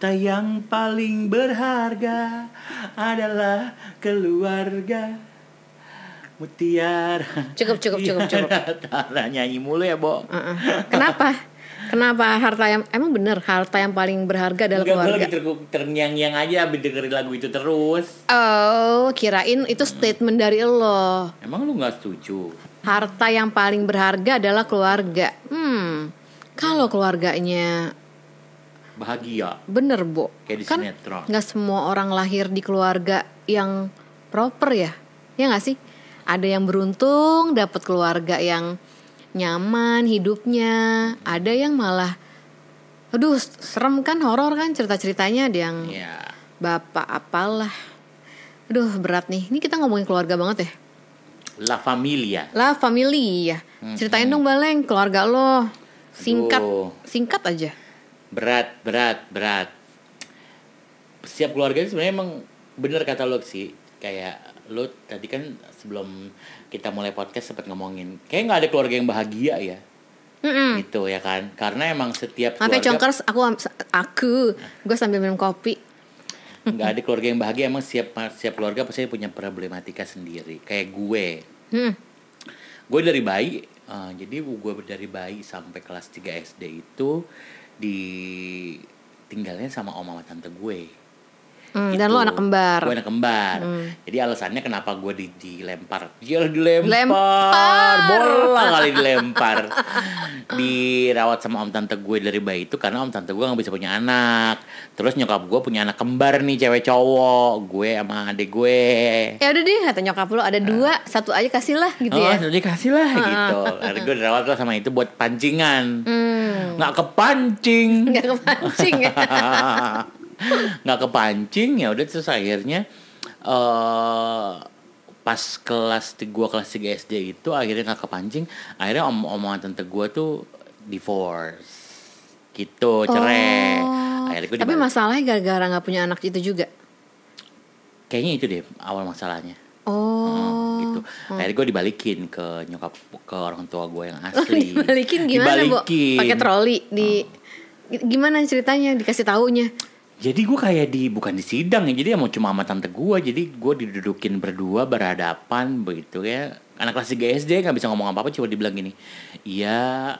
Harta yang paling berharga adalah keluarga. Mutiara. Cukup. Nyanyi mulu ya, Bo. Kenapa harta yang emang bener harta yang paling berharga adalah keluarga? Gue lagi terngiang-ngiang aja abis dengerin lagu itu terus. Oh, kirain itu statement dari lo. Emang lu nggak setuju? Harta yang paling berharga adalah keluarga. Kalau keluarganya bahagia. Bener, Bo. Kayak di kan sinetron. Nggak semua orang lahir di keluarga yang proper ya. Ya nggak sih? Ada yang beruntung dapat keluarga yang nyaman hidupnya, ada yang malah aduh serem kan, horor kan cerita-ceritanya, ada yang bapak apalah. Aduh berat nih. Ini kita ngomongin keluarga banget ya. La familia. Ceritain dong Baleng keluarga lo. Singkat aja. Berat. Setiap keluarga itu sebenarnya emang bener kata lo sih. Kayak lo tadi kan sebelum kita mulai podcast sempat ngomongin kayak nggak ada keluarga yang bahagia ya. Gitu ya kan, karena emang setiap keluarga. Oke, Congkers, gue sambil minum kopi. Nggak ada keluarga yang bahagia, emang setiap keluarga pasti punya problematika sendiri. Kayak gue dari bayi, jadi gue dari bayi sampai kelas 3 SD itu ditinggalnya sama om sama tante gue. Gitu. Dan lo anak kembar. Gue anak kembar. Jadi alasannya kenapa gue dilempar. Bola kali dilempar. Dirawat sama om tante gue dari bayi itu karena om tante gue gak bisa punya anak. Terus nyokap gue punya anak kembar nih, cewek cowok. Gue sama adik gue. Ya udah deh, kata nyokap lo ada 2, 1 aja kasih lah gitu ya. Satu aja kasih lah gitu. Akhirnya gue dirawat lah sama itu buat pancingan. Gak kepancing ya. Nggak kepancing, ya udah. Terus akhirnya pas kelas 3 SD itu akhirnya nggak kepancing. Akhirnya om tante gue tuh divorce gitu, cerai. Akhirnya gue tapi masalahnya gara-gara nggak punya anak itu juga. Kayaknya itu deh awal masalahnya. Gitu. Akhirnya gue dibalikin ke nyokap, ke orang tua gue yang asli. Dibalikin gimana, Bo? Pakai troli gimana ceritanya dikasih taunya? Jadi gue kayak bukan di sidang ya, jadi mau cuma sama tante gue. Jadi gue didudukin berdua berhadapan begitu ya. Anak kelas 3 SD gak bisa ngomong apa-apa, cuma dibilang gini. Iya,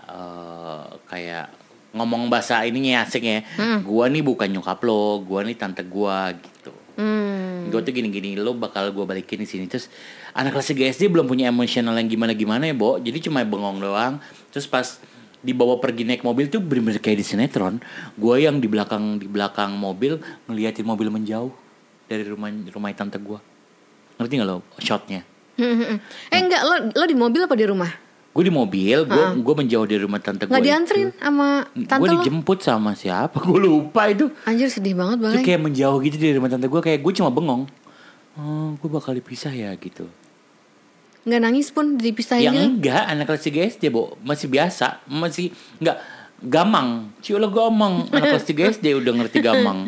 kayak ngomong bahasa ininya asik ya. Gue nih bukan nyokap lo, gue nih tante gue gitu. Gue tuh gini-gini, lo bakal gue balikin di sini. Terus anak kelas 3 SD belum punya emosional yang gimana-gimana ya, Bo. Jadi cuma bengong doang. Terus pas dibawa pergi naik mobil tuh bener-bener kayak di sinetron. Gue yang di belakang mobil ngeliatin mobil menjauh dari rumah tante gue. Ngerti nggak lo shotnya? Enggak, lo di mobil apa di rumah? Gue di mobil, gue menjauh dari rumah tante gue. Nggak dianterin sama tante lo? Gue dijemput sama siapa? Gue lupa itu. Anjir sedih banget Baleng. Itu kayak menjauh gitu dari rumah tante gue. Kayak gue cuma bengong. Gue bakal dipisah ya gitu. Nggak nangis pun dipisahin? Yang enggak, anak kelas 3 SD, Bo. Masih biasa. Masih enggak gamang. Ciulah gamang. Anak kelas 3 SD udah ngerti gamang.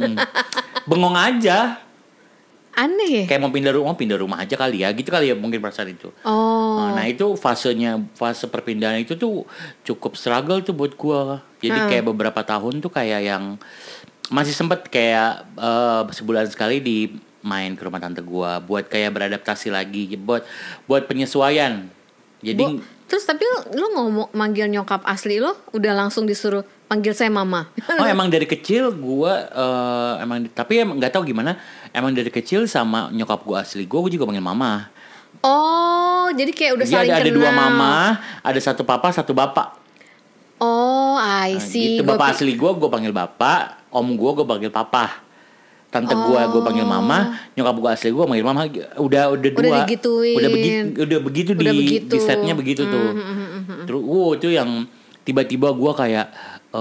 Bengong aja. Aneh ya? Kayak mau pindah rumah aja kali ya. Gitu kali ya mungkin perasaan itu. Nah itu fase perpindahan itu tuh cukup struggle tuh buat gua. Jadi kayak beberapa tahun tuh kayak yang masih sempet kayak sebulan sekali main ke rumah tante gua buat kayak beradaptasi lagi, buat penyesuaian. Jadi terus tapi lu ngomong manggil nyokap asli lo udah langsung disuruh panggil saya mama. Emang dari kecil gua tapi emang nggak tahu gimana, emang dari kecil sama nyokap gua asli gua juga panggil mama. Oh, jadi kayak udah saling kenal. Ada 2 mama, ada 1 papa, 1 bapak. Oh, I see. Gitu. Bapak asli gua panggil bapak, om gua panggil papa. Tante gue panggil mama, nyokap gue asli gue panggil mama. Udah 2. Udah digituin. Udah begitu di setnya begitu tuh. Terus itu yang tiba-tiba gue kayak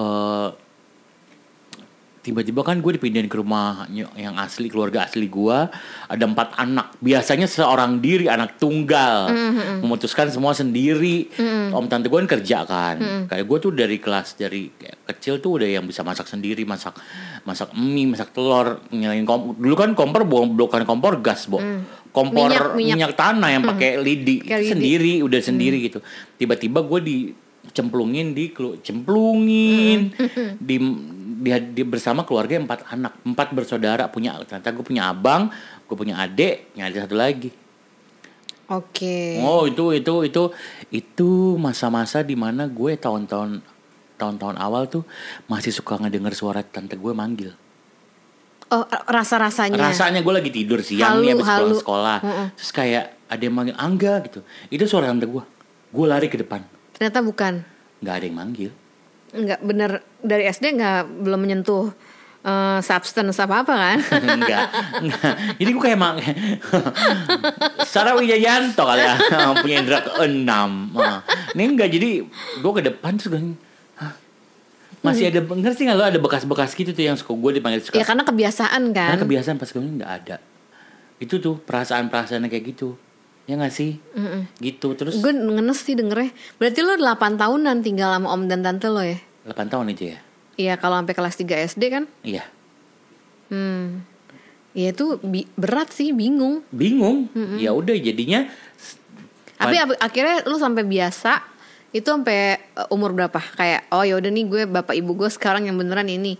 tiba-tiba kan gue dipindahin ke rumah yang asli, keluarga asli gue. Ada 4 anak. Biasanya seorang diri, anak tunggal. Memutuskan semua sendiri. Om tante gue kan kerja kan. Kayak gue tuh dari kecil tuh udah yang bisa masak sendiri. Masak mie, masak telur. Nyalain dulu kan kompor bukan kompor gas, Bo. Kompor minyak tanah yang pakai lidi. Itu sendiri, udah sendiri gitu. Tiba-tiba gue dicemplungin dia bersama keluarga 4 anak, 4 bersaudara, ternyata gue punya abang, gue punya adik, yang ada satu lagi. Oke. Oh, itu masa-masa di mana gue tahun-tahun awal tuh masih suka ngedenger suara tante gue manggil. Oh, rasanya gue lagi tidur siang nih habis pulang sekolah. Terus kayak ada yang manggil Angga gitu. Itu suara tante gue. Gue lari ke depan. Ternyata bukan. Nggak ada yang manggil. Nggak bener, dari SD belum menyentuh substance apa kan? Enggak. Jadi gue kayak Sarah Wijayanto kali ya, punya indra keenam. Ini enggak, jadi gue ke depan terus gue masih ada, ngerti nggak lo, ada bekas-bekas gitu tuh yang suka gue dipanggil suka. Ya karena kebiasaan kan. Karena kebiasaan, pas gue nggak ada. Itu tuh perasaan-perasaannya kayak gitu. Ya nggak sih? Gitu terus. Gue ngenes sih dengernya. Berarti lo 8 tahunan tinggal sama om dan tante lo ya? 8 tahun aja ya? Iya, kalau sampai kelas 3 SD kan? Iya. Ya itu berat sih, bingung. Ya udah jadinya. Tapi akhirnya lo sampai biasa. Itu sampai umur berapa? Kayak oh ya udah nih, gue bapak ibu gue sekarang yang beneran ini.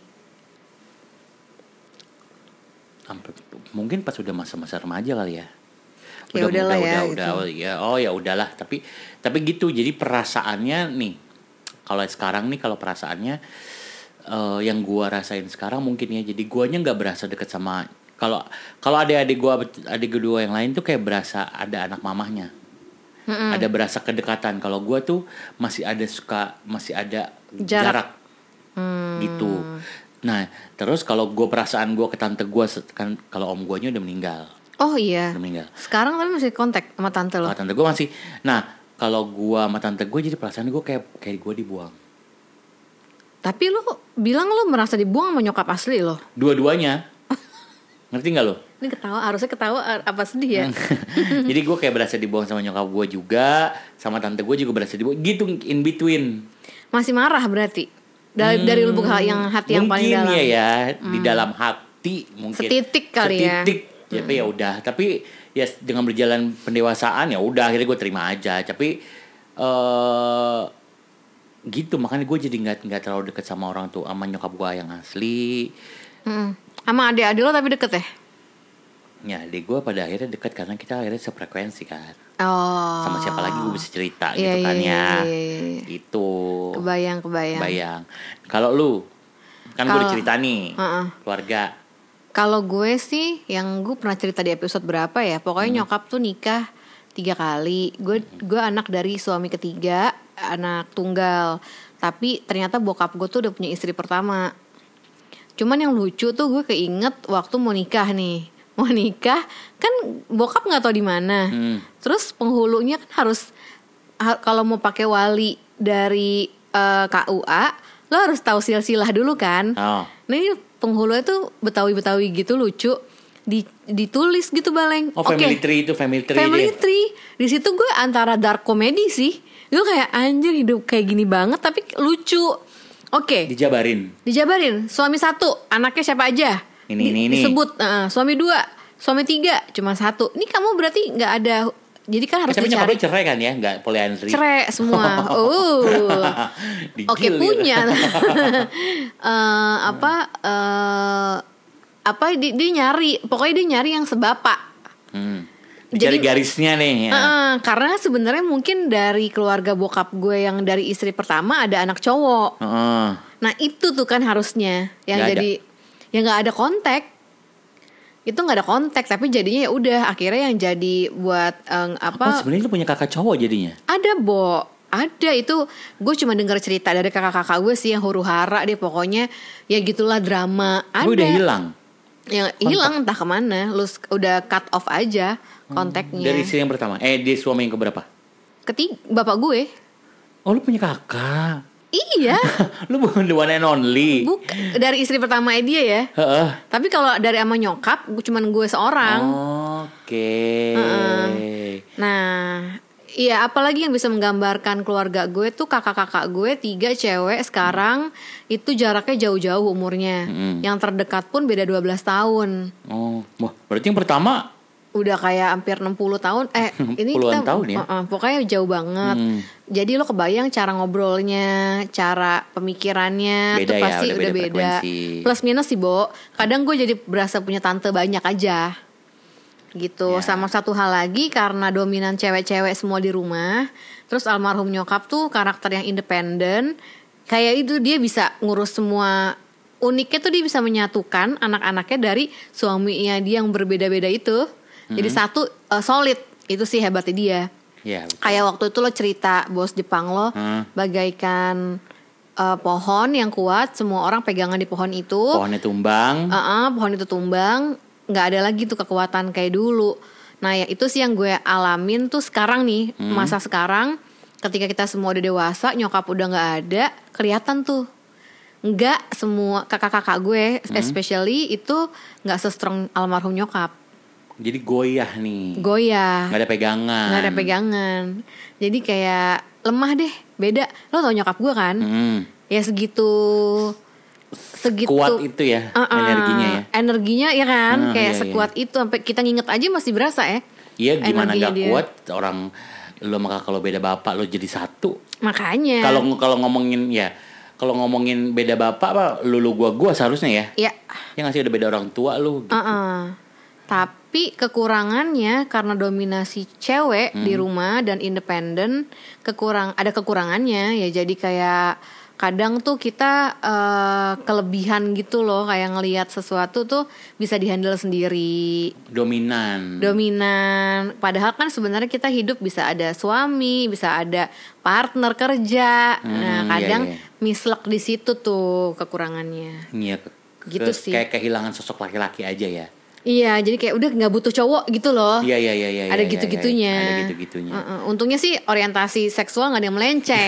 Mungkin pas udah masa-masa remaja kali ya. Ya udahlah ya. Oh ya udahlah, tapi gitu. Jadi perasaannya nih, kalau sekarang nih, kalau perasaannya yang gua rasain sekarang mungkin ya, jadi guanya nggak berasa deket sama, kalau adik kedua yang lain tuh kayak berasa ada anak mamahnya. Ada berasa kedekatan. Kalau gua tuh masih ada jarak. Gitu. Nah, terus kalau perasaan gua ke tante gua kan, kalau om guanya udah meninggal. Oh iya. Udah meninggal. Sekarang tapi masih kontak sama tante lo? Tante gue masih. Nah, kalau gue sama tante gue, jadi perasaan gue kayak gue dibuang. Tapi lo bilang lo merasa dibuang sama nyokap asli lo? Dua-duanya. Ngerti gak lo? Ini harusnya ketawa apa sedih ya? Jadi gue kayak berasa dibuang sama nyokap gue juga, sama tante gue juga berasa dibuang. Gitu, in between. Masih marah berarti? Dari lubuk yang hati yang paling dalam. Mungkin ya, di dalam hati mungkin. Setitik kali ya. Tapi ya udah, tapi ya dengan berjalan pendewasaan ya udah, akhirnya gue terima aja. Tapi gitu, makanya gue jadi nggak terlalu deket sama orang tuh, sama nyokap gue yang asli. Sama adik-adik lo tapi deket ya? Ya adik gue pada akhirnya deket karena kita akhirnya sefrekuensi kan. Oh. Sama siapa lagi gue bisa cerita gitu kan ya. Gitu. Kebayang. Kalau lu kan gue udah cerita nih keluarga. Kalau gue sih, yang gue pernah cerita di episode berapa ya, pokoknya nyokap tuh nikah 3 kali. Gue anak dari suami ketiga, anak tunggal. Tapi ternyata bokap gue tuh udah punya istri pertama. Cuman yang lucu tuh, gue keinget waktu mau nikah kan bokap nggak tahu di mana. Terus penghulunya kan harus, kalau mau pakai wali dari KUA, lo harus tahu silsilah dulu kan. Nah ini penghulunya tuh Betawi gitu, lucu, ditulis gitu Baleng. Family tree itu family tree. Di situ gue antara dark comedy sih. Gue kayak anjir, hidup kayak gini banget tapi lucu. Dijabarin. Suami 1, anaknya siapa aja? Ini. Disebut. Suami 2, suami 3, cuma 1. Ini kamu berarti nggak ada. Jadi kan harus dicari. Tapi nyokapnya cerai kan ya, nggak polyandry. Cerai semua. Punya. Dia nyari, pokoknya dia nyari yang sebapak. Jadi garisnya nih ya. Karena sebenarnya mungkin dari keluarga bokap gue yang dari istri pertama ada anak cowok. Nah itu tuh kan harusnya yang gak jadi ada. Yang nggak ada kontak. Itu nggak ada kontak, tapi jadinya ya udah akhirnya yang jadi buat sebenarnya lu punya kakak cowok jadinya? Ada itu, gue cuma dengar cerita dari kakak-kakak gue sih yang huru-hara deh, pokoknya ya gitulah drama. Ada. Gue udah hilang. Yang hilang entah kemana, lu udah cut off aja kontaknya. Dari istri yang pertama, di suami yang keberapa? Ketiga, bapak gue. Oh lu punya kakak? Iya. Lu bukan the one and only. Bukan, dari istri pertama dia ya. Tapi kalau dari ama nyokap, cuman gue seorang. Oke. Nah, iya, apalagi yang bisa menggambarkan keluarga gue tuh kakak-kakak gue 3 cewek sekarang itu jaraknya jauh-jauh umurnya. Yang terdekat pun beda 12 tahun. Wah, berarti yang pertama udah kayak hampir 60 tahun. Ini Puluhan kita tahun ya? pokoknya jauh banget. Jadi lo kebayang cara ngobrolnya, cara pemikirannya Beda tuh ya, pasti udah udah beda beda. frekuensi. Plus minus sih, Bo. Kadang gue jadi berasa punya tante banyak aja. Gitu. Ya. Sama satu hal lagi, karena dominan cewek-cewek semua di rumah. Terus almarhum nyokap tuh karakter yang independen. Kayak itu dia bisa ngurus semua. Uniknya tuh dia bisa menyatukan anak-anaknya dari suaminya dia yang berbeda-beda itu. Jadi satu solid. Itu sih hebatnya dia. Ya, betul. Kayak waktu itu lo cerita bos Jepang lo bagaikan pohon yang kuat, semua orang pegangan di pohon itu. Pohonnya tumbang. Pohon itu tumbang, nggak ada lagi tuh kekuatan kayak dulu. Nah ya itu sih yang gue alamin tuh sekarang nih, masa sekarang ketika kita semua udah dewasa, nyokap udah nggak ada, kelihatan tuh. Nggak semua kakak-kakak gue, especially itu nggak se-strong almarhum nyokap. Jadi goyah nih. Goyah. Nggak ada pegangan. Nggak ada pegangan. Jadi kayak lemah deh, beda. Lo tau nyokap gue kan? Ya segitu Kuat itu ya energinya ya. Energinya ya kan, kayak iya, sekuat itu sampai kita nginget aja masih berasa ya. Iya, gimana energinya nggak dia. kuat orang lo, maka kalau beda bapak lo jadi satu. Makanya. Kalau ngomongin ya, kalau ngomongin beda bapak apa, lu gua seharusnya ya. Ya. Ya nggak sih, udah beda orang tua lu. Gitu. Tapi kekurangannya karena dominasi cewek di rumah dan independen, ada kekurangannya ya. Jadi kayak kadang tuh kita kelebihan gitu loh, kayak ngelihat sesuatu tuh bisa dihandle sendiri. Dominan. Padahal kan sebenarnya kita hidup bisa ada suami, bisa ada partner kerja. Nah kadang mislek di situ tuh kekurangannya. Iya. Gitu sih. Kayak kehilangan sosok laki-laki aja ya. Iya, jadi kayak udah nggak butuh cowok gitu loh. Iya. Ada gitu-gitunya. Ada gitu-gitunya. Untungnya sih orientasi seksual nggak ada yang melenceng.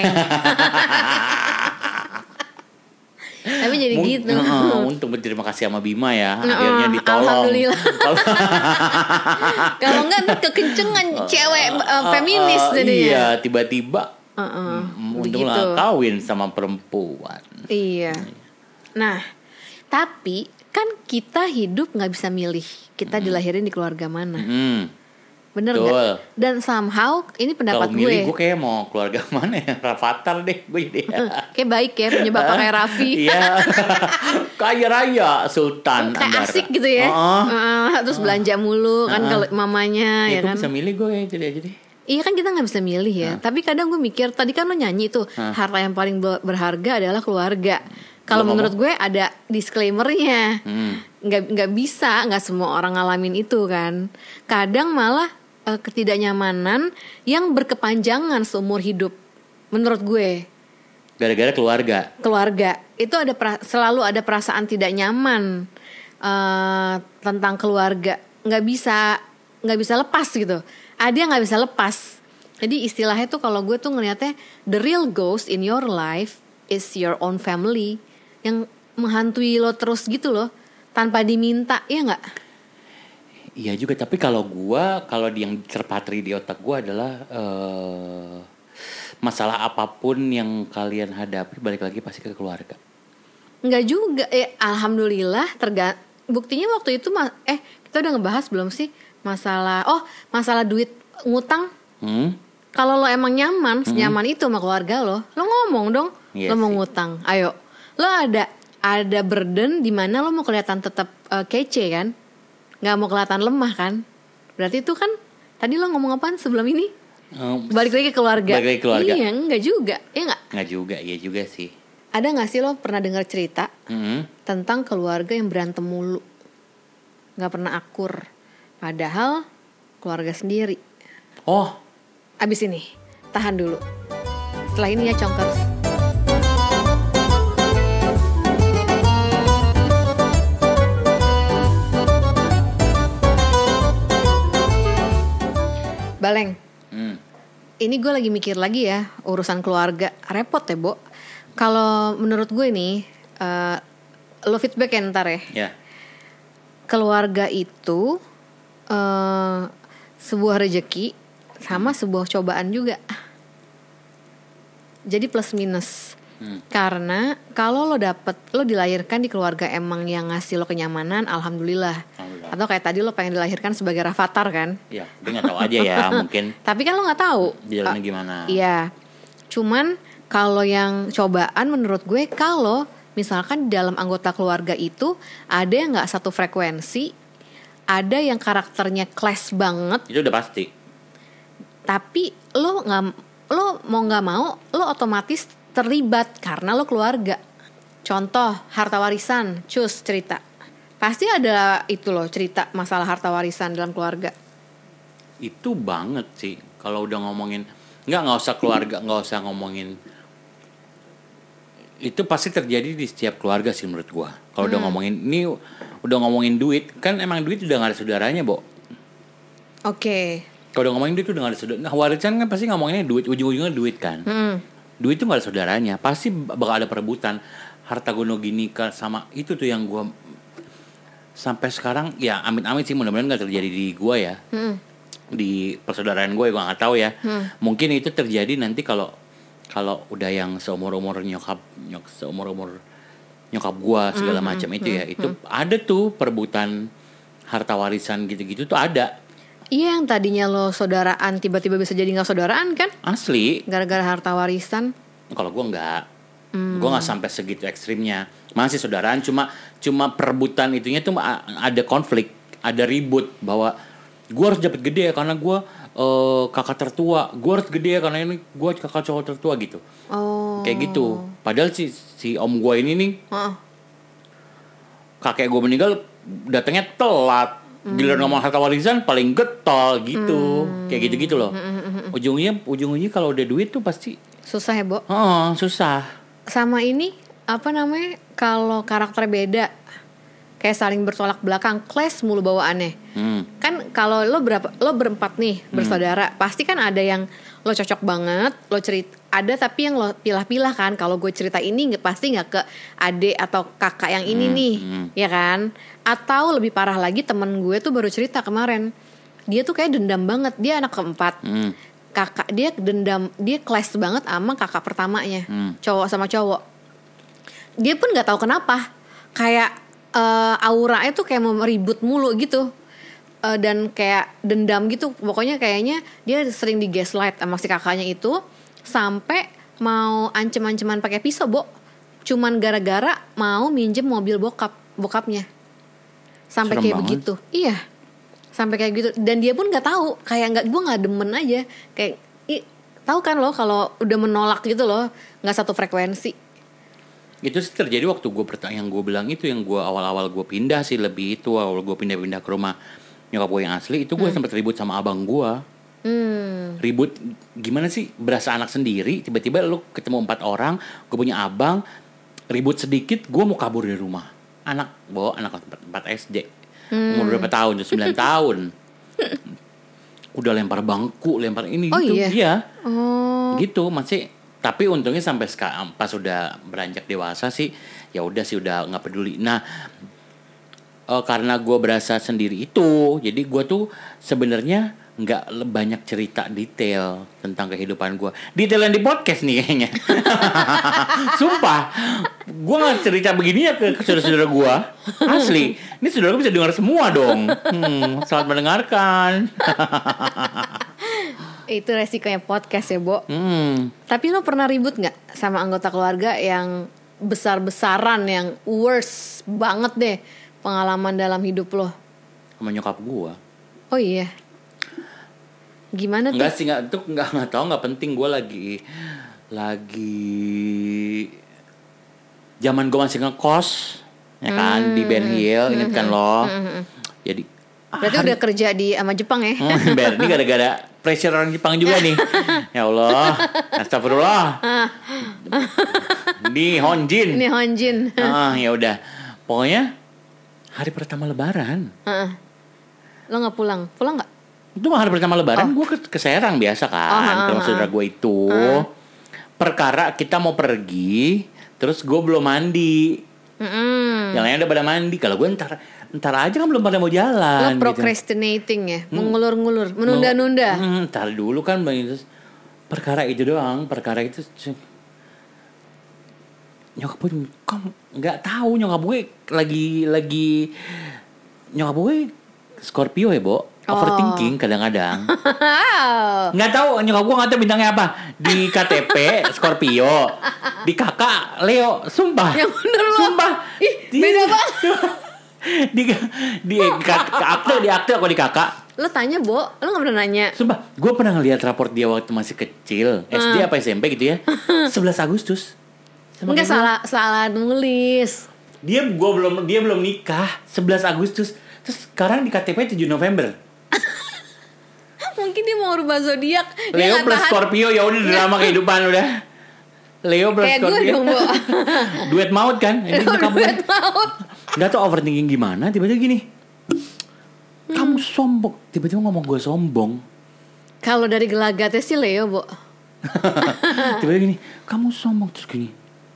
Tapi jadi gitu. Untung berterima kasih sama Bima ya. Akhirnya ditolong. Alhamdulillah. Kalau nggak ntar kekencengan cewek feminis jadinya. Iya, tiba-tiba. Untung lah begitu. kawin sama perempuan. Iya. Nah, tapi kan kita hidup nggak bisa milih kita dilahirin di keluarga mana. Bener Betul. nggak? Dan somehow ini pendapat Kalau milih gue. gue kayak mau keluarga mana ya? Rafathar deh gue jadi. Kayak baik ya, punya bapak kayak Raffi. Iya. Kaya raya Sultan Kayak Andara. asik gitu ya. Terus belanja mulu kan kalau mamanya ya Gue kan. bisa milih gue ya, jadi aja deh. Iya kan kita nggak bisa milih ya. Tapi kadang gue mikir, tadi kan lo nyanyi tuh, harta yang paling berharga adalah keluarga. Kalau menurut gue ada disclaimernya. Nggak bisa, nggak semua orang ngalamin itu kan. Kadang malah ketidaknyamanan yang berkepanjangan seumur hidup. Menurut gue. Gara-gara keluarga Itu selalu ada perasaan tidak nyaman tentang keluarga. Nggak bisa lepas gitu. Ada yang nggak bisa lepas. Jadi istilahnya tuh kalau gue tuh ngelihatnya, the real ghost in your life is your own family, yang menghantui lo terus gitu loh tanpa diminta, ya nggak? Iya juga, tapi kalau yang terpatri di otak gue adalah masalah apapun yang kalian hadapi balik lagi pasti ke keluarga. Nggak juga, alhamdulillah buktinya waktu itu kita udah ngebahas belum sih masalah duit ngutang. Kalau lo emang nyaman, senyaman itu sama keluarga lo ngomong dong, Yes, lo mau sih. ngutang, ayo. Lo ada burden di mana lo mau kelihatan tetap kece kan, nggak mau kelihatan lemah kan. Berarti itu kan tadi lo ngomong apaan sebelum ini? Balik lagi ke keluarga. Balik lagi ke keluarga. Iya, enggak juga, ya nggak? Nggak juga, iya juga sih. Ada nggak sih lo pernah dengar cerita tentang keluarga yang berantem mulu, nggak pernah akur, padahal keluarga sendiri? Oh, Abis ini, tahan dulu. Setelah ini ya Conkers. Baleng. Ini gue lagi mikir lagi ya, urusan keluarga. Repot ya, Bo. Kalau menurut gue nih, lo feedback ya ntar ya. ya. Keluarga itu sebuah rejeki sama sebuah cobaan juga. Jadi plus minus. Karena kalau lo dilahirkan di keluarga emang yang ngasih lo kenyamanan, alhamdulillah. Atau kayak tadi lo pengen dilahirkan sebagai Rafathar kan? Ya, dia nggak tahu aja ya mungkin. Tapi kan lo nggak tahu. Jalannya gimana? Iya. Cuman kalau yang cobaan menurut gue kalau misalkan di dalam anggota keluarga itu ada yang nggak satu frekuensi, ada yang karakternya clash banget. Itu udah pasti. Tapi lo mau nggak mau lo otomatis terlibat karena lo keluarga. Contoh harta warisan, cus cerita. Pasti ada itu loh cerita masalah harta warisan dalam keluarga. Itu banget sih. Kalau udah ngomongin nggak usah keluarga, nggak usah ngomongin. Itu pasti terjadi di setiap keluarga sih menurut gua. Kalau udah ngomongin duit, kan emang duit udah nggak ada saudaranya, Bo. Oke. Kalau udah ngomongin duit udah nggak ada saudara. Nah, warisan kan pasti ngomonginnya duit, ujung-ujungnya duit kan. Duit itu nggak ada saudaranya, pasti bakal ada perebutan. Harta gono gini kan sama itu tuh yang gua sampai sekarang ya amit-amit sih mudah-mudahan nggak terjadi di gua ya. Di persaudaraan gue nggak tahu ya. Mungkin itu terjadi nanti kalau udah yang seumur-umur nyokap gua segala macam itu ya. Itu ada tuh perebutan harta warisan gitu-gitu tuh ada. Iya, yang tadinya lo saudaraan tiba-tiba bisa jadi nggak saudaraan kan? Asli. Gara-gara harta warisan. Kalau gua nggak. Gue nggak sampai segitu ekstrimnya, masih saudaraan, cuma perebutan itunya tuh ada konflik, ada ribut bahwa gue harus dapat gede ya karena gue kakak tertua, gue harus gede ya karena ini gue kakak cowok tertua gitu. Kayak gitu. Padahal si om gue ini nih kakek gue meninggal datangnya telat, giliran ngomong harta warisan paling getol gitu. Kayak gitu loh. Ujungnya kalau udah duit tuh pasti susah ya, Bo? Susah. Sama ini apa namanya, kalau karakter beda kayak saling bertolak belakang, clash mulu bawaannya. Kan kalau lo berempat nih bersaudara, pasti kan ada yang lo cocok banget, lo cerita ada, tapi yang lo pilah-pilah kan. Kalau gue cerita ini pasti nggak ke adik atau kakak yang ini nih, ya kan? Atau lebih parah lagi, temen gue tuh baru cerita kemarin, dia tuh kayak dendam banget, dia anak keempat. Kakak dia dendam, dia clash banget sama kakak pertamanya, cowok sama cowok. Dia pun nggak tahu kenapa, kayak auranya tuh kayak mau ribut mulu gitu, dan kayak dendam gitu. Pokoknya kayaknya dia sering di gaslight sama si kakaknya itu, sampai mau ancem-anceman pakai pisau, Bo. Cuman gara-gara mau minjem mobil bokapnya, sampai kayak begitu. Iya. Sampai kayak gitu, dan dia pun nggak tahu, kayak gue nggak demen aja, kayak tahu kan lo kalau udah menolak gitu lo, nggak satu frekuensi. Itu sih terjadi waktu gue yang gue bilang itu, yang gue awal gue pindah sih, lebih itu awal gue pindah ke rumah nyokap gue yang asli itu, gue sempat ribut sama abang gue. Ribut gimana sih, berasa anak sendiri, tiba-tiba lo ketemu 4 orang, gue punya abang, ribut sedikit gue mau kabur dari rumah, anak 4 SD. Umur berapa tahun? 9 tahun. Udah lempar bangku, lempar ini gitu. Iya. Gitu masih. Tapi untungnya sampai sekarang pas udah beranjak dewasa sih, ya udah sih udah nggak peduli. Nah, karena gue berasa sendiri itu, jadi gue tuh sebenarnya nggak banyak cerita detail tentang kehidupan gue. Detail yang di podcast nih kayaknya. Sumpah, gue nggak cerita begini ya ke saudara-saudara gue. Asli, ini saudara gue bisa dengar semua dong. Selamat mendengarkan. Itu resikonya podcast ya, Bo. Tapi lo pernah ribut nggak sama anggota keluarga yang besar-besaran, yang worst banget deh pengalaman dalam hidup lo? Sama nyokap gue. Oh iya. Gimana tuh? Enggak sih, nggak tahu, nggak penting. Gue lagi zaman gue masih ngekos ya kan, di Ben Hill, inget kan lo? Jadi berarti udah kerja di sama Jepang ya? Ini gara-gara pressure orang Jepang juga nih. Ya Allah, astagfirullah. Di Honjin. Ya udah, pokoknya hari pertama Lebaran. Lo nggak pulang nggak? Itu hari pertama Lebaran gue ke Serang biasa kan, sama saudara gue itu. Perkara kita mau pergi, terus gue belum mandi. Yang lain udah pada mandi. Kalau gue ntar aja kan belum pada mau jalan. Lo procrastinating gitu ya, mengulur-ngulur, menunda-nunda. Ntar dulu kan, terus perkara itu doang. Perkara itu nyokap gue nggak tahu, nyokap gue lagi nyokap gue Scorpio ya, Bo. Overthinking kadang-kadang. Nggak tahu, nyokap gue nggak tahu bintangnya apa. Di KTP Scorpio, di kakak Leo, sumpah. Yang bener lo. Sumpah. Ih, beda banget. Di akte aku di kakak. Lo tanya, Bo, lo gak pernah nanya. Sumpah, gue pernah ngeliat raport dia waktu masih kecil, SD apa SMP gitu ya. 11 Agustus. Enggak, salah nulis. Dia belum nikah 11 Agustus. Terus sekarang di KTP 7 November. Mungkin dia mau rubah zodiak. Leo plus Scorpio, ya udah drama kehidupan udah. Leo plus kayak Scorpio. Gue dong, Bo. Duet maut kan? Ini Duet maut. Gak tau overthinking gimana, tiba-tiba gini. Kamu sombong. Tiba-tiba ngomong gue sombong. Kalau dari gelagatnya sih Leo, Bo. Tiba-tiba gini, kamu sombong. Terus gini.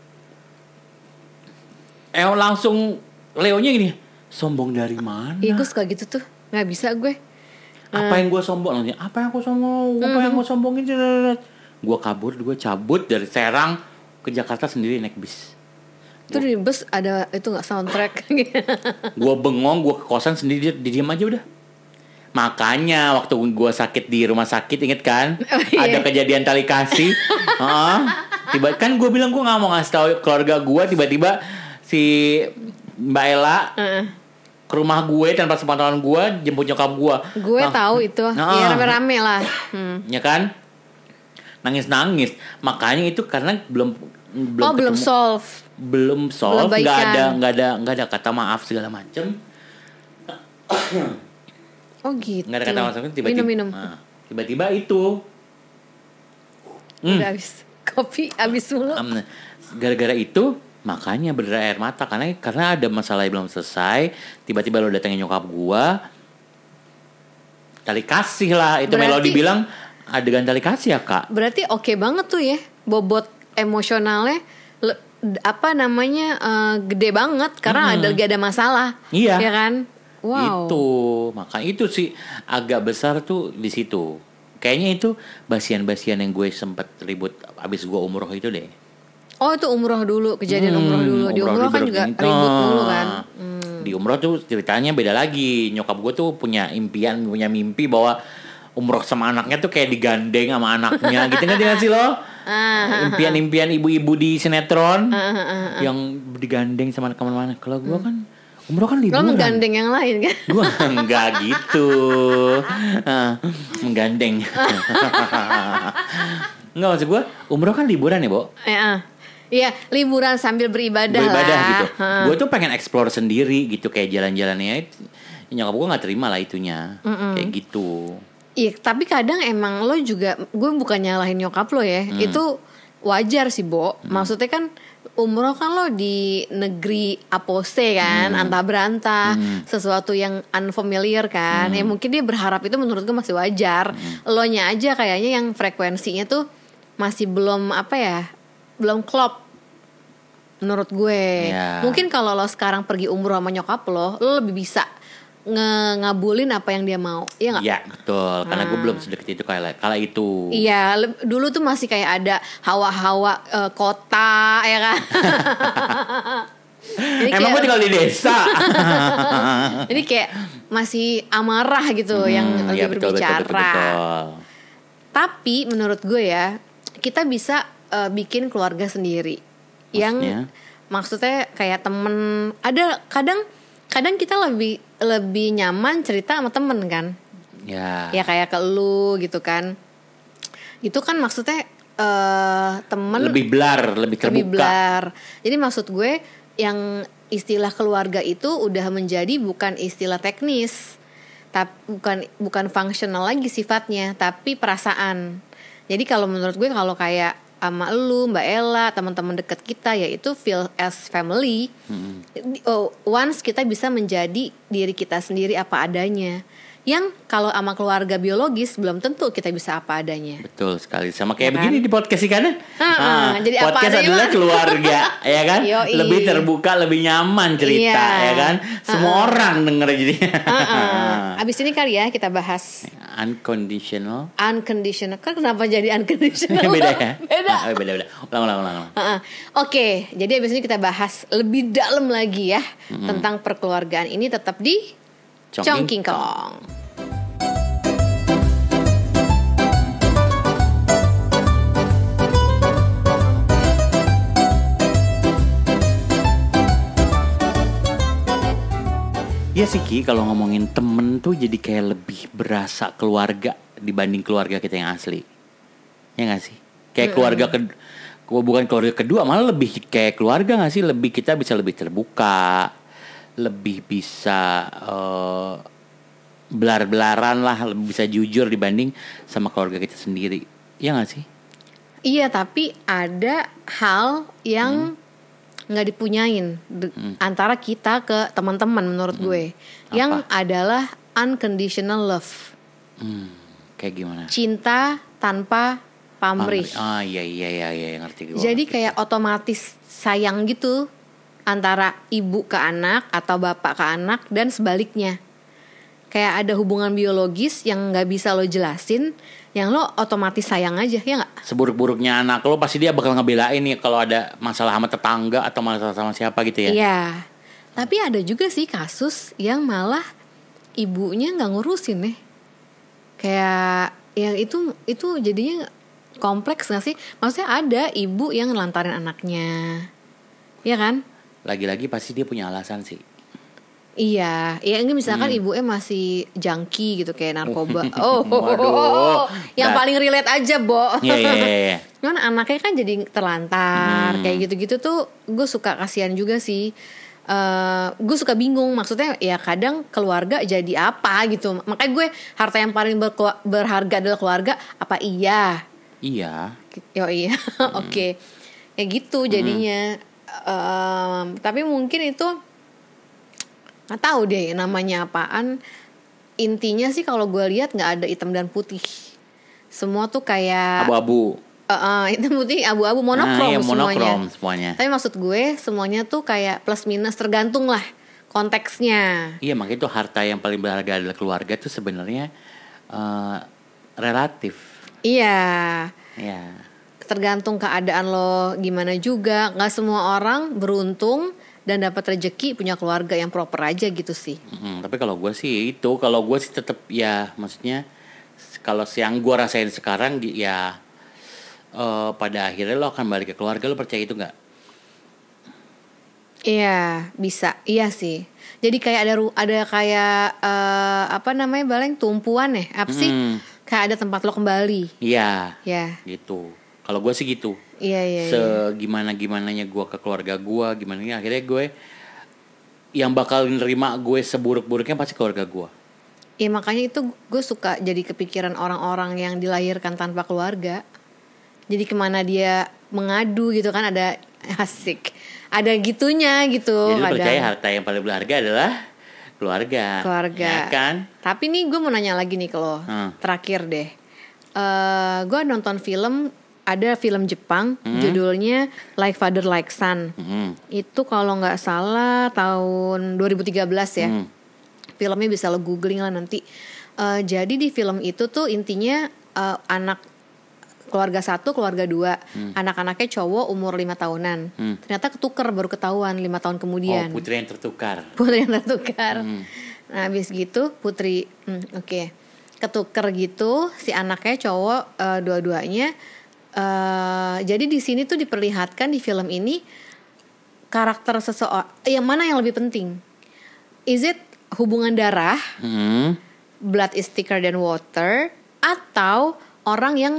Langsung Leonya gini, sombong dari mana? Iya, gue suka gitu tuh. Gak bisa gue. Apa yang gue sombong? Apa yang gue sombong? Apa yang gue sombongin? Gue kabur, gue cabut dari Serang ke Jakarta sendiri naik bis. Itu di bus ada itu nggak soundtrack? Gue bengong, gue ke kosan sendiri, diam aja udah. Makanya waktu gue sakit di rumah sakit, inget kan? Iya. Ada kejadian tali kasih. Tiba kan gue bilang gue nggak mau ngasih tahu keluarga gue. Tiba-tiba si Mbak Ella ke rumah gue tanpa sepengetahuan gue, jemput nyokap gue. Gue tahu itu, ya rame-rame lah. Ya kan? Nangis-nangis. Makanya itu karena belum solve. Belum nggak ada kata maaf segala macem. Oh gitu. Nggak ada kata maaf, tiba-tiba minum. Tiba-tiba itu udah habis kopi, habis mulu. Gara-gara itu makanya berderai air mata karena ada masalah yang belum selesai. Tiba-tiba lo datengin nyokap gua, tali kasih lah. Itu Melody bilang adegan tali kasih ya, Kak. Berarti oke banget tuh ya, bobot emosionalnya gede banget karena lagi ada masalah. Iya. Ya kan? Wow. Itu makanya itu sih agak besar tuh di situ. Kayaknya itu basian-basian yang gue sempet ribut abis gue umroh itu deh. Oh, itu umroh dulu, kejadian umroh dulu. Di umroh kan juga ribut dulu kan. Di umroh tuh ceritanya beda lagi. Nyokap gue tuh punya mimpi bahwa umroh sama anaknya tuh kayak digandeng sama anaknya gitu kan sih lo? Impian-impian ibu-ibu di sinetron yang digandeng sama kemana-mana. Kalau gue kan umroh kan liburan. Lo menggandeng yang lain kan? Gue enggak gitu. Menggandeng. Enggak, maksud gue umroh kan liburan ya, Bo? Iya, liburan sambil beribadah lah. Gitu. Gue tuh pengen explore sendiri gitu, kayak jalan-jalannya. Nyokap gue nggak terima lah itunya. Kayak gitu. Iya, tapi kadang emang lo juga, gue bukan nyalahin nyokap lo ya, itu wajar sih, Bo. Maksudnya kan umroh kan lo di negeri apose kan, antah berantah, sesuatu yang unfamiliar kan. Ya mungkin dia berharap itu, menurut gue masih wajar. Lo nya aja kayaknya yang frekuensinya tuh masih belum belum klop menurut gue. Mungkin kalau lo sekarang pergi umroh sama nyokap lo lebih bisa ngabulin apa yang dia mau. Iya gak? Iya betul. Karena gue belum sedekat itu kala itu. Iya, dulu tuh masih kayak ada hawa-hawa kota ya kan. Emang gue tinggal di desa. Jadi kayak masih amarah gitu yang lagi berbicara. Betul. Tapi menurut gue ya, kita bisa bikin keluarga sendiri. Yang maksudnya kayak temen. Ada kadang kita lebih nyaman cerita sama temen kan. Ya kayak ke lu gitu kan. Itu kan maksudnya temen lebih blar, lebih terbuka. Jadi maksud gue yang istilah keluarga itu udah menjadi bukan istilah teknis, tapi bukan fungsional lagi sifatnya, tapi perasaan. Jadi kalau menurut gue, kalau kayak sama lu, Mbak Ella, teman-teman dekat kita, yaitu feel as family. Once kita bisa menjadi diri kita sendiri apa adanya. Yang kalau sama keluarga biologis belum tentu kita bisa apa adanya. Betul sekali. Sama kayak begini di podcast ikan. Jadi podcast apa adalah keluarga, ya kan? Yoi. Lebih terbuka, lebih nyaman cerita, ya kan? Semua orang denger jadi. Abis ini kali ya kita bahas unconditional. Kan kenapa jadi unconditional? Beda ya? Beda. Ulang. Oke, jadi abis ini kita bahas lebih dalam lagi ya tentang perkeluargaan ini, tetap di Congking Kong. Ya sih Ki, kalau ngomongin temen tuh jadi kayak lebih berasa keluarga dibanding keluarga kita yang asli. Ya gak sih? Kayak bukan keluarga kedua, malah lebih kayak keluarga gak sih? Lebih kita bisa lebih terbuka, lebih bisa belar-belaran lah, lebih bisa jujur dibanding sama keluarga kita sendiri. Ya gak sih? Iya, tapi ada hal yang nggak dipunyain antara kita ke teman-teman menurut gue. Yang adalah unconditional love. Kayak gimana? Cinta tanpa pamrih. Ah iya ngerti gue. Jadi kayak otomatis sayang gitu antara ibu ke anak atau bapak ke anak dan sebaliknya. Kayak ada hubungan biologis yang nggak bisa lo jelasin, yang lo otomatis sayang aja, ya nggak? Seburuk-buruknya anak lo pasti dia bakal ngebelain nih kalau ada masalah sama tetangga atau masalah sama siapa gitu ya. Iya. Tapi ada juga sih kasus yang malah ibunya nggak ngurusin nih. Kayak yang itu jadinya kompleks nggak sih? Maksudnya ada ibu yang nelantarin anaknya, ya kan? Lagi-lagi pasti dia punya alasan sih. Iya, ya ini misalkan ibunya masih junkie gitu kayak narkoba. Waduh. Yang paling relate aja, Bo. Iya. Cuman anaknya kan jadi terlantar, kayak gitu-gitu tuh gue suka kasihan juga sih. Gue suka bingung, maksudnya ya kadang keluarga jadi apa gitu. Makanya gue harta yang paling berharga adalah keluarga. Apa iya? Iya. Iya. Oke. Kayak gitu jadinya. Tapi mungkin itu nggak tahu deh namanya apaan. Intinya sih kalau gue lihat nggak ada hitam dan putih, semua tuh kayak abu-abu. Hitam putih abu-abu monokrom, semuanya. Tapi maksud gue semuanya tuh kayak plus minus, tergantung lah konteksnya. Iya, makanya itu harta yang paling berharga adalah keluarga tuh sebenarnya relatif. Iya. Tergantung keadaan lo gimana juga. Nggak semua orang beruntung dan dapat rezeki punya keluarga yang proper aja gitu sih. Tapi kalau gue sih tetap ya, maksudnya kalau yang gue rasain sekarang ya pada akhirnya lo akan balik ke keluarga. Lo percaya itu nggak? Iya, bisa. Iya sih. Jadi kayak ada kayak apa namanya Baleng, tumpuan ya? Apa sih? Kayak ada tempat lo kembali. Iya. Gitu. Kalau gue sih gitu. Iya. Segimana-gimananya gue ke keluarga gue, akhirnya gue yang bakal nerima gue seburuk-buruknya pasti keluarga gue. Iya, makanya itu gue suka jadi kepikiran orang-orang yang dilahirkan tanpa keluarga. Jadi kemana dia mengadu gitu kan, ada asik, ada gitunya gitu. Jadi lo percaya harta yang paling berharga adalah keluarga. Ya kan? Tapi nih gue mau nanya lagi nih ke lo, terakhir deh. Gue nonton film. Ada film Jepang, judulnya Like Father Like Son. Itu kalau nggak salah tahun 2013 ya. Filmnya bisa lo googling lah nanti. Jadi di film itu tuh intinya anak keluarga 1, keluarga 2, anak-anaknya cowok umur 5 tahunan. Ternyata ketuker baru ketahuan 5 tahun kemudian. Putri yang tertukar. Nah habis gitu putri, oke. Ketuker gitu si anaknya cowok dua-duanya. Jadi di sini tuh diperlihatkan di film ini karakter seseorang yang mana yang lebih penting? Is it hubungan darah, blood is thicker than water, atau orang yang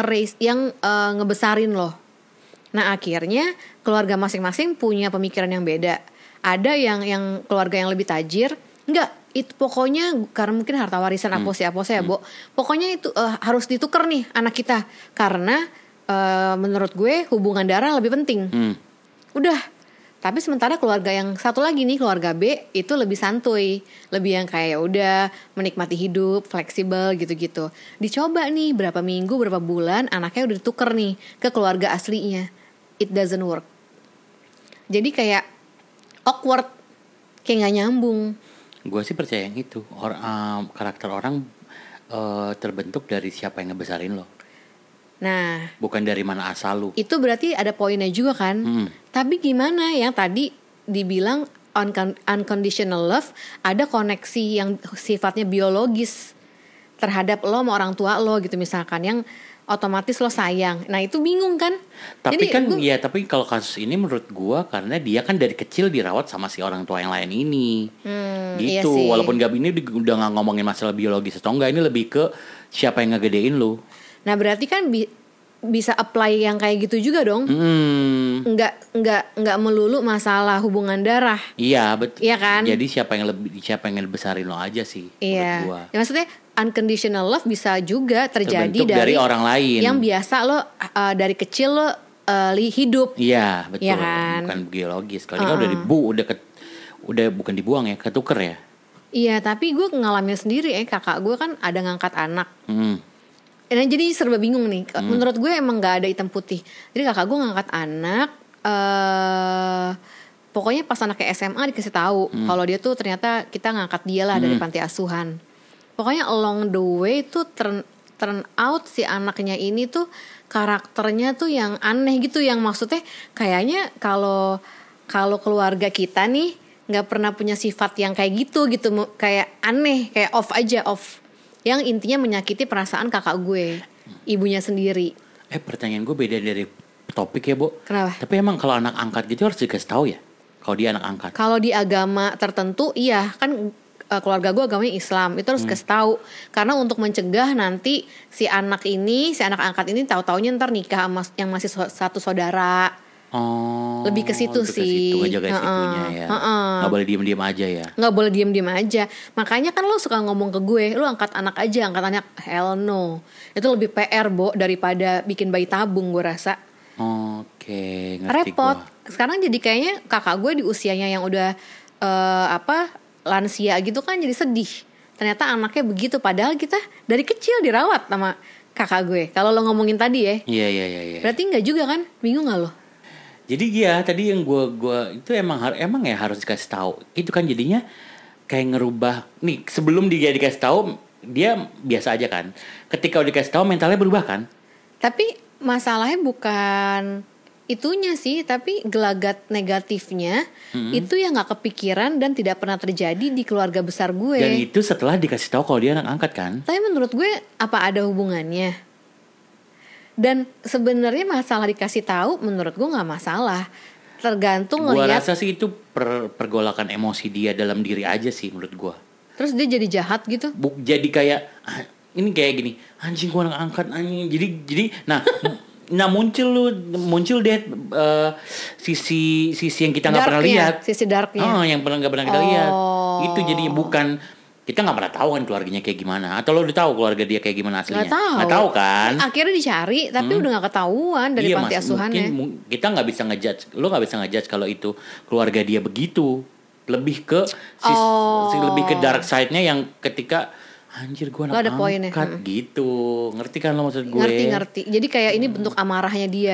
ngebesarin loh? Nah akhirnya keluarga masing-masing punya pemikiran yang beda. Ada yang keluarga yang lebih tajir, enggak, itu pokoknya karena mungkin harta warisan apose ya, Bo. Pokoknya itu harus ditukar nih anak kita karena menurut gue hubungan darah lebih penting. Udah. Tapi sementara keluarga yang satu lagi nih, keluarga B itu lebih santuy, lebih yang kayak ya udah menikmati hidup, fleksibel gitu-gitu. Dicoba nih berapa minggu, berapa bulan, anaknya udah ditukar nih ke keluarga aslinya. It doesn't work. Jadi kayak awkward, kayak nggak nyambung. Gue sih percaya yang itu. Karakter orang terbentuk dari siapa yang ngebesarin lo. Nah, bukan dari mana asal lu. Itu berarti ada poinnya juga kan. Tapi gimana yang tadi dibilang unconditional love, ada koneksi yang sifatnya biologis terhadap lo sama orang tua lo gitu misalkan, yang otomatis lo sayang. Nah itu bingung kan? Tapi Jadi kan tapi kalau kasus ini menurut gua karena dia kan dari kecil dirawat sama si orang tua yang lain ini. Iya Gitu. sih. Walaupun ini udah nggak ngomongin masalah biologis atau enggak, ini lebih ke siapa yang ngegedein lu. Nah berarti kan bisa apply yang kayak gitu juga dong. Nggak melulu masalah hubungan darah. Iya betul. Iya kan? Jadi siapa yang ngebesarin lo aja sih. Iya. Menurut gua. Ya, maksudnya unconditional love bisa juga terjadi Terbentuk dari orang lain. Yang biasa lo dari kecil lo hidup. Iya betul. Iya kan? Bukan biologis. Kalau ini kan udah bukan dibuang ya, ketuker ya. Iya, tapi gue ngalamin sendiri kakak gue kan ada ngangkat anak. Nah, jadi serba bingung nih. Menurut gue emang nggak ada hitam putih. Jadi kakak gue ngangkat anak. Pokoknya pas anaknya SMA dikasih tahu kalau dia tuh ternyata kita ngangkat dia lah dari panti asuhan. Pokoknya along the way tuh turn out si anaknya ini tuh karakternya tuh yang aneh gitu, yang maksudnya kayaknya kalau keluarga kita nih nggak pernah punya sifat yang kayak gitu, kayak aneh, kayak off, yang intinya menyakiti perasaan kakak gue, ibunya sendiri. Pertanyaan gue beda dari topik ya, Bo. Kenapa? Tapi emang kalau anak angkat gitu harus dikasih tahu ya, kalau dia anak angkat. Kalau di agama tertentu iya kan, keluarga gue agamanya Islam, itu harus kasih tahu karena untuk mencegah nanti si anak angkat ini tahu-taunya ntar nikah sama yang masih satu saudara. Lebih ke situ sih. Ngejaga situnya ya. Nggak boleh diem-diem aja ya. Nggak boleh diem-diem aja. Makanya kan lo suka ngomong ke gue, lo angkat anak aja, angkat anak. Hell no. Itu lebih PR, Bo, daripada bikin bayi tabung gue rasa. Oke, ngerti. Repot. Gua. Sekarang jadi kayaknya kakak gue di usianya yang udah lansia gitu kan jadi sedih. Ternyata anaknya begitu, padahal kita dari kecil dirawat sama kakak gue. Kalau lo ngomongin tadi ya. Iya. Berarti nggak juga kan? Bingung nggak lo? Jadi ya tadi yang gue itu emang ya harus dikasih tahu. Itu kan jadinya kayak ngerubah. Nih sebelum dia dikasih tahu dia biasa aja kan. Ketika udah dikasih tahu mentalnya berubah kan. Tapi masalahnya bukan itunya sih, tapi gelagat negatifnya itu yang nggak kepikiran dan tidak pernah terjadi di keluarga besar gue. Dan itu setelah dikasih tahu kalau dia anak angkat kan. Tapi menurut gue apa ada hubungannya? Dan sebenarnya masalah dikasih tahu menurut gue nggak masalah, tergantung Gue ngelihat. rasa sih itu pergolakan emosi dia dalam diri aja sih menurut gue. Terus dia jadi jahat gitu. Jadi kayak ini kayak gini, anjing gue anak angkat anjing. Jadi nah muncul deh sisi yang kita nggak pernah lihat. Sisi darknya. Yang nggak pernah kita lihat. Itu jadi bukan. Kita nggak pernah tahu kan keluarganya kayak gimana. Atau lo udah tahu keluarga dia kayak gimana aslinya? Nggak tahu kan? Akhirnya dicari, tapi udah nggak ketahuan dari panti asuhannya. Mungkin kita nggak bisa ngejudge. Lo nggak bisa ngejudge kalau itu keluarga dia begitu. Lebih ke lebih ke dark side-nya yang ketika anjir gue anak angkat gitu. Ngerti kan lo maksud gue? Ngerti. Jadi kayak ini bentuk amarahnya dia.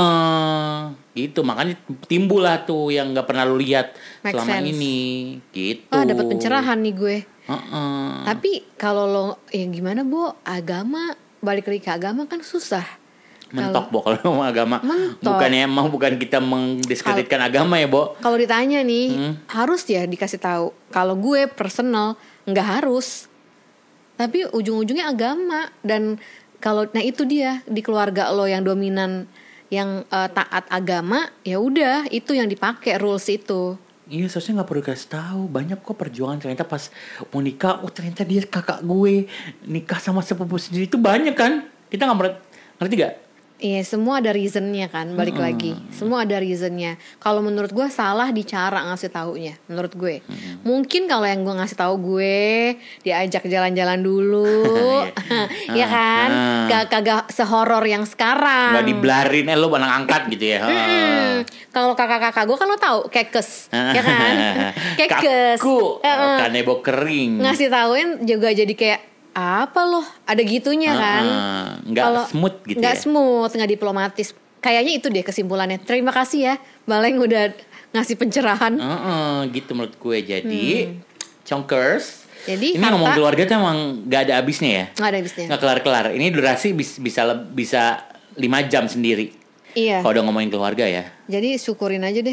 Gitu, makanya timbul lah tuh yang nggak pernah lo lihat selama sense. ini. Gitu. Dapat pencerahan nih gue. Tapi kalau lo gimana, Bo? Agama, balik lagi ke agama kan susah. Mentok, Bo, kalau ngomong agama. Bukan kita mendiskreditkan agama ya, Bo. Kalau ditanya nih, harus ya dikasih tahu. Kalau gue personal nggak harus. Tapi ujung-ujungnya agama. Dan nah itu dia, di keluarga lo yang dominan, yang taat agama, ya udah itu yang dipakai rules itu. Iya, seharusnya nggak perlu kasih tahu. Banyak kok perjuangan ternyata pas mau nikah, ternyata dia kakak gue nikah sama sepupu sendiri, itu banyak kan? Kita nggak ngerti gak? Iya, semua ada reasonnya kan, balik lagi. Semua ada reasonnya. Kalau menurut gue salah di cara ngasih taunya, menurut gue. Mungkin kalau yang gue ngasih tahu gue diajak jalan-jalan dulu, ya kan? Kagak sehoror yang sekarang. Gak dibelarin, lo anak angkat gitu ya. Kalau kakak-kakak gue kan lo tahu, kekes, ya kan? Kekes. Kaku, kanebo kering. Ngasih tauin juga jadi kayak apa loh, ada gitunya kan? Nggak smooth gitu. Nggak smooth, nggak diplomatis. Kayaknya itu deh kesimpulannya. Terima kasih ya, Baleng udah ngasih pencerahan. Gitu menurut gue. Jadi Chonkers. Jadi ini ngomong keluarga tuh emang nggak ada habisnya ya. Nggak ada habisnya. Nggak kelar-kelar. Ini durasi bisa 5 jam sendiri. Iya. Kalau udah ngomongin keluarga ya. Jadi syukurin aja deh.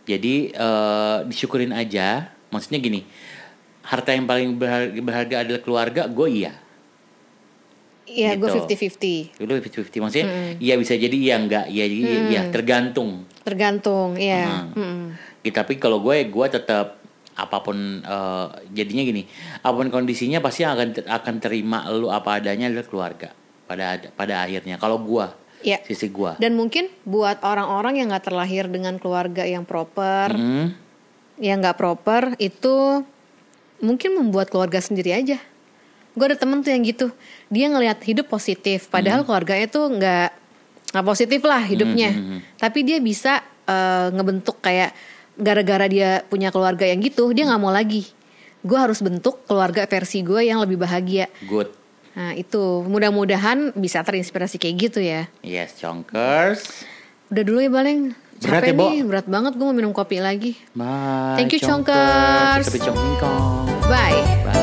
Jadi disyukurin aja. Maksudnya gini, harta yang paling berharga adalah keluarga. Gue iya. Iya, Gitu. gue 50-50. Lu 50-50 maksudnya iya bisa jadi iya enggak. Iya jadi iya tergantung. Tergantung, iya. Gitu, tapi kalau gue tetap apapun jadinya gini, apapun kondisinya pasti akan terima lu apa adanya adalah keluarga pada akhirnya. Kalau gue, Iya. sisi gue. Dan mungkin buat orang-orang yang nggak terlahir dengan keluarga yang proper, yang nggak proper itu mungkin membuat keluarga sendiri aja. Gue ada temen tuh yang gitu, dia ngelihat hidup positif, padahal keluarganya tuh nggak positif lah hidupnya, tapi dia bisa ngebentuk kayak gara-gara dia punya keluarga yang gitu, dia nggak mau lagi. Gue harus bentuk keluarga versi gue yang lebih bahagia. Good. Nah itu mudah-mudahan bisa terinspirasi kayak gitu ya. Yes, Chonkers. Udah dulu ya Baleng. Berat Capek ya, Bo? nih, berat banget gue mau minum kopi lagi. Bye. Thank you, Chonkers. Chonkers. Sampai Chongkingkong. Bye. Bye.